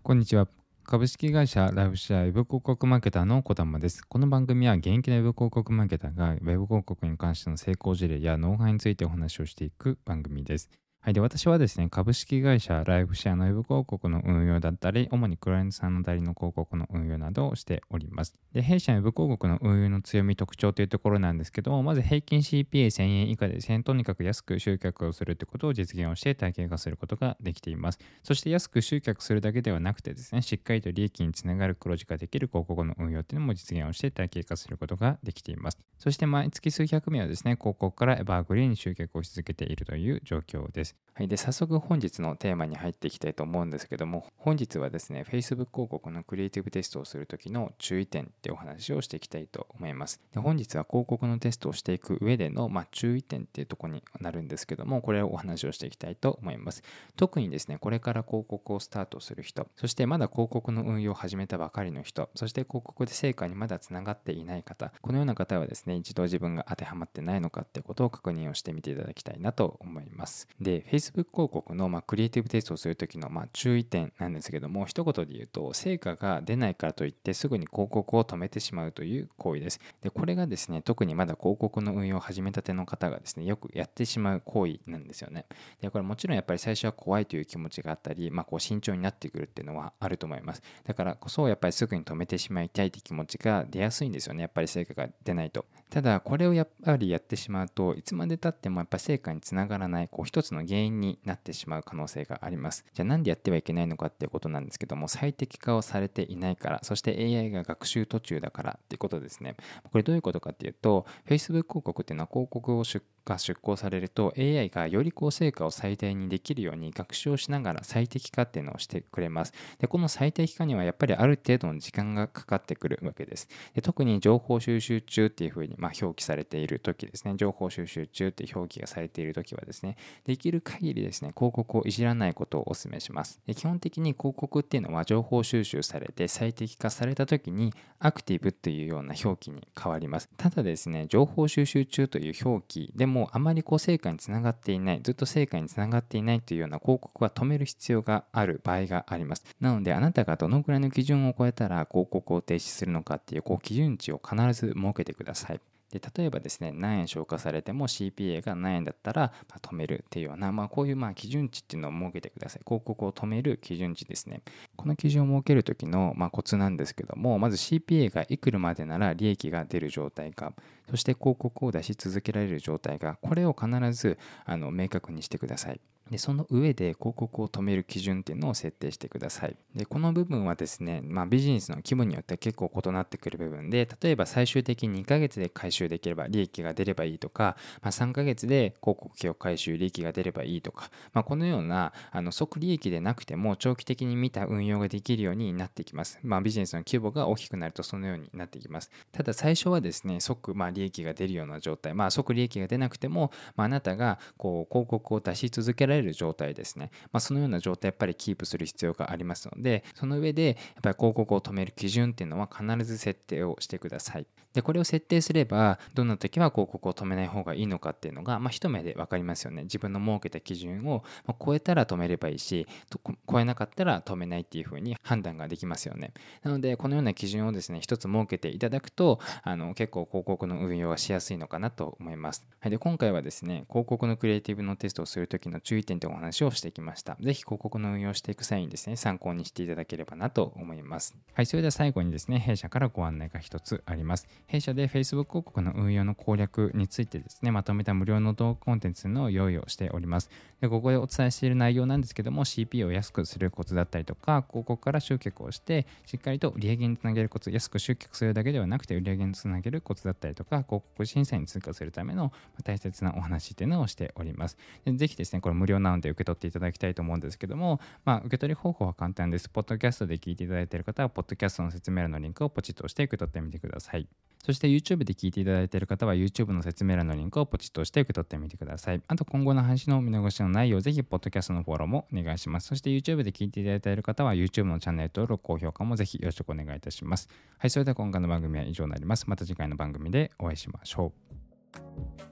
こんにちは。株式会社ライフシェアウェブ広告マーケターの小玉です。この番組は現役のウェブ広告マーケターがウェブ広告に関しての成功事例やノウハウについてお話をしていく番組です。はい。で、私はですね、株式会社ライフシェアのウェブ広告の運用だったり、主にクライアントさんの代理の広告の運用などをしております。で、弊社のウェブ広告の運用の強み特徴というところなんですけども、まず平均 CPA1000 円以下でですね、とにかく安く集客をするということを実現をして体系化することができています。そして安く集客するだけではなくてですね、しっかりと利益につながる黒字ができる広告の運用というのも実現をして体系化することができています。そして毎月数百名はですね、広告からエバーグリーンに集客をし続けているという状況です。はい。で、早速本日のテーマに入っていきたいと思うんですけども、本日はですね、Facebook 広告のクリエイティブテストをするときの注意点ってお話をしていきたいと思います。で、本日は広告のテストをしていく上での、注意点っていうところになるんですけども、これをお話をしていきたいと思います。特にですね、これから広告をスタートする人、そしてまだ広告の運用を始めたばかりの人、そして広告で成果にまだつながっていない方、このような方はですね、一度自分が当てはまってないのかってことを確認をしてみていただきたいなと思います。で、Facebook 広告のクリエイティブテストをするときの注意点なんですけども、一言で言うと、成果が出ないからといってすぐに広告を止めてしまうという行為です。で、これがですね、特にまだ広告の運用を始めたての方がですね、よくやってしまう行為なんですよね。で、これもちろんやっぱり最初は怖いという気持ちがあったり、慎重になってくるっていうのはあると思います。だからこそやっぱりすぐに止めてしまいたいという気持ちが出やすいんですよね。やっぱり成果が出ないと。ただこれをやっぱりやってしまうといつまで経ってもやっぱり成果につながらない一つの原因になってしまう可能性があります。じゃあなんでやってはいけないのかっていうことなんですけども、最適化をされていないから、そして AI が学習途中だからっていうことですね。これどういうことかっていうと、 Facebook 広告っていうのは広告を出稿されると AI がより成果を最大にできるように学習をしながら最適化っていうのをしてくれます。で、この最適化にはやっぱりある程度の時間がかかってくるわけです。で、特に情報収集中っていうふうに表記されている時ですね、情報収集中っていう表記がされている時はですね、できる限りですね、広告をいじらないことをお勧めします。で、基本的に広告っていうのは情報収集されて最適化された時にアクティブというような表記に変わります。ただですね、情報収集中という表記でもあまり成果につながっていない、ずっと成果につながっていないというような広告は止める必要がある場合があります。なので、あなたがどのくらいの基準を超えたら広告を停止するのかっていう基準値を必ず設けてください。で、例えばですね、何円消化されても CPA が何円だったら止めるっていうような、こういう基準値っていうのを設けてください。広告を止める基準値ですね。この基準を設ける時のコツなんですけども、まず CPA がいくらまでなら利益が出る状態か、そして広告を出し続けられる状態か、これを必ず明確にしてください。で、その上で広告を止める基準っていうのを設定してください。で、この部分はですね、ビジネスの規模によって結構異なってくる部分で、例えば最終的に2ヶ月で回収できれば利益が出ればいいとか、3ヶ月で広告費を回収利益が出ればいいとか、このような即利益でなくても長期的に見た運用ができるようになってきます。ビジネスの規模が大きくなるとそのようになってきます。ただ最初はですね、即利益が出るような状態、即利益が出なくても、あなたが広告を出し続けられる状態ですね、そのような状態やっぱりキープする必要がありますので、その上でやっぱり広告を止める基準っていうのは必ず設定をしてください。で、これを設定すればどんな時は広告を止めない方がいいのかっていうのが一目で分かりますよね。自分の設けた基準を超えたら止めればいいし、超えなかったら止めないっていう風に判断ができますよね。なのでこのような基準をですね、一つ設けていただくと結構広告の運用がしやすいのかなと思います。はい。で、今回はですね、広告のクリエイティブのテストをする時の注意点というお話をしてきました。ぜひ広告の運用をしていく際にですね、参考にしていただければなと思います。はい。それでは最後にですね、弊社からご案内が一つあります。弊社で Facebook 広告の運用の攻略についてですね、まとめた無料の動画コンテンツの用意をしております。で、ここでお伝えしている内容なんですけども、CP を安くするコツだったりとか、広告から集客をしてしっかりと売上につなげるコツ、安く集客するだけではなくて売上につなげるコツだったりとか、広告審査に通過するための大切なお話っていうのをしております。で、ぜひですね、これ無料なので受け取っていただきたいと思うんですけども、受け取り方法は簡単です。ポッドキャストで聞いていただいている方は、ポッドキャストの説明欄のリンクをポチッと押して受け取ってみてください。そして YouTube で聞いていただいている方は YouTube の説明欄のリンクをポチッと押して受け取ってみてください。あと今後の配信の見逃しのないようぜひポッドキャストのフォローもお願いします。そして YouTube で聞いていただいている方は YouTube のチャンネル登録、高評価もぜひよろしくお願いいたします。はい、それでは今回の番組は以上になります。また次回の番組でお会いしましょう。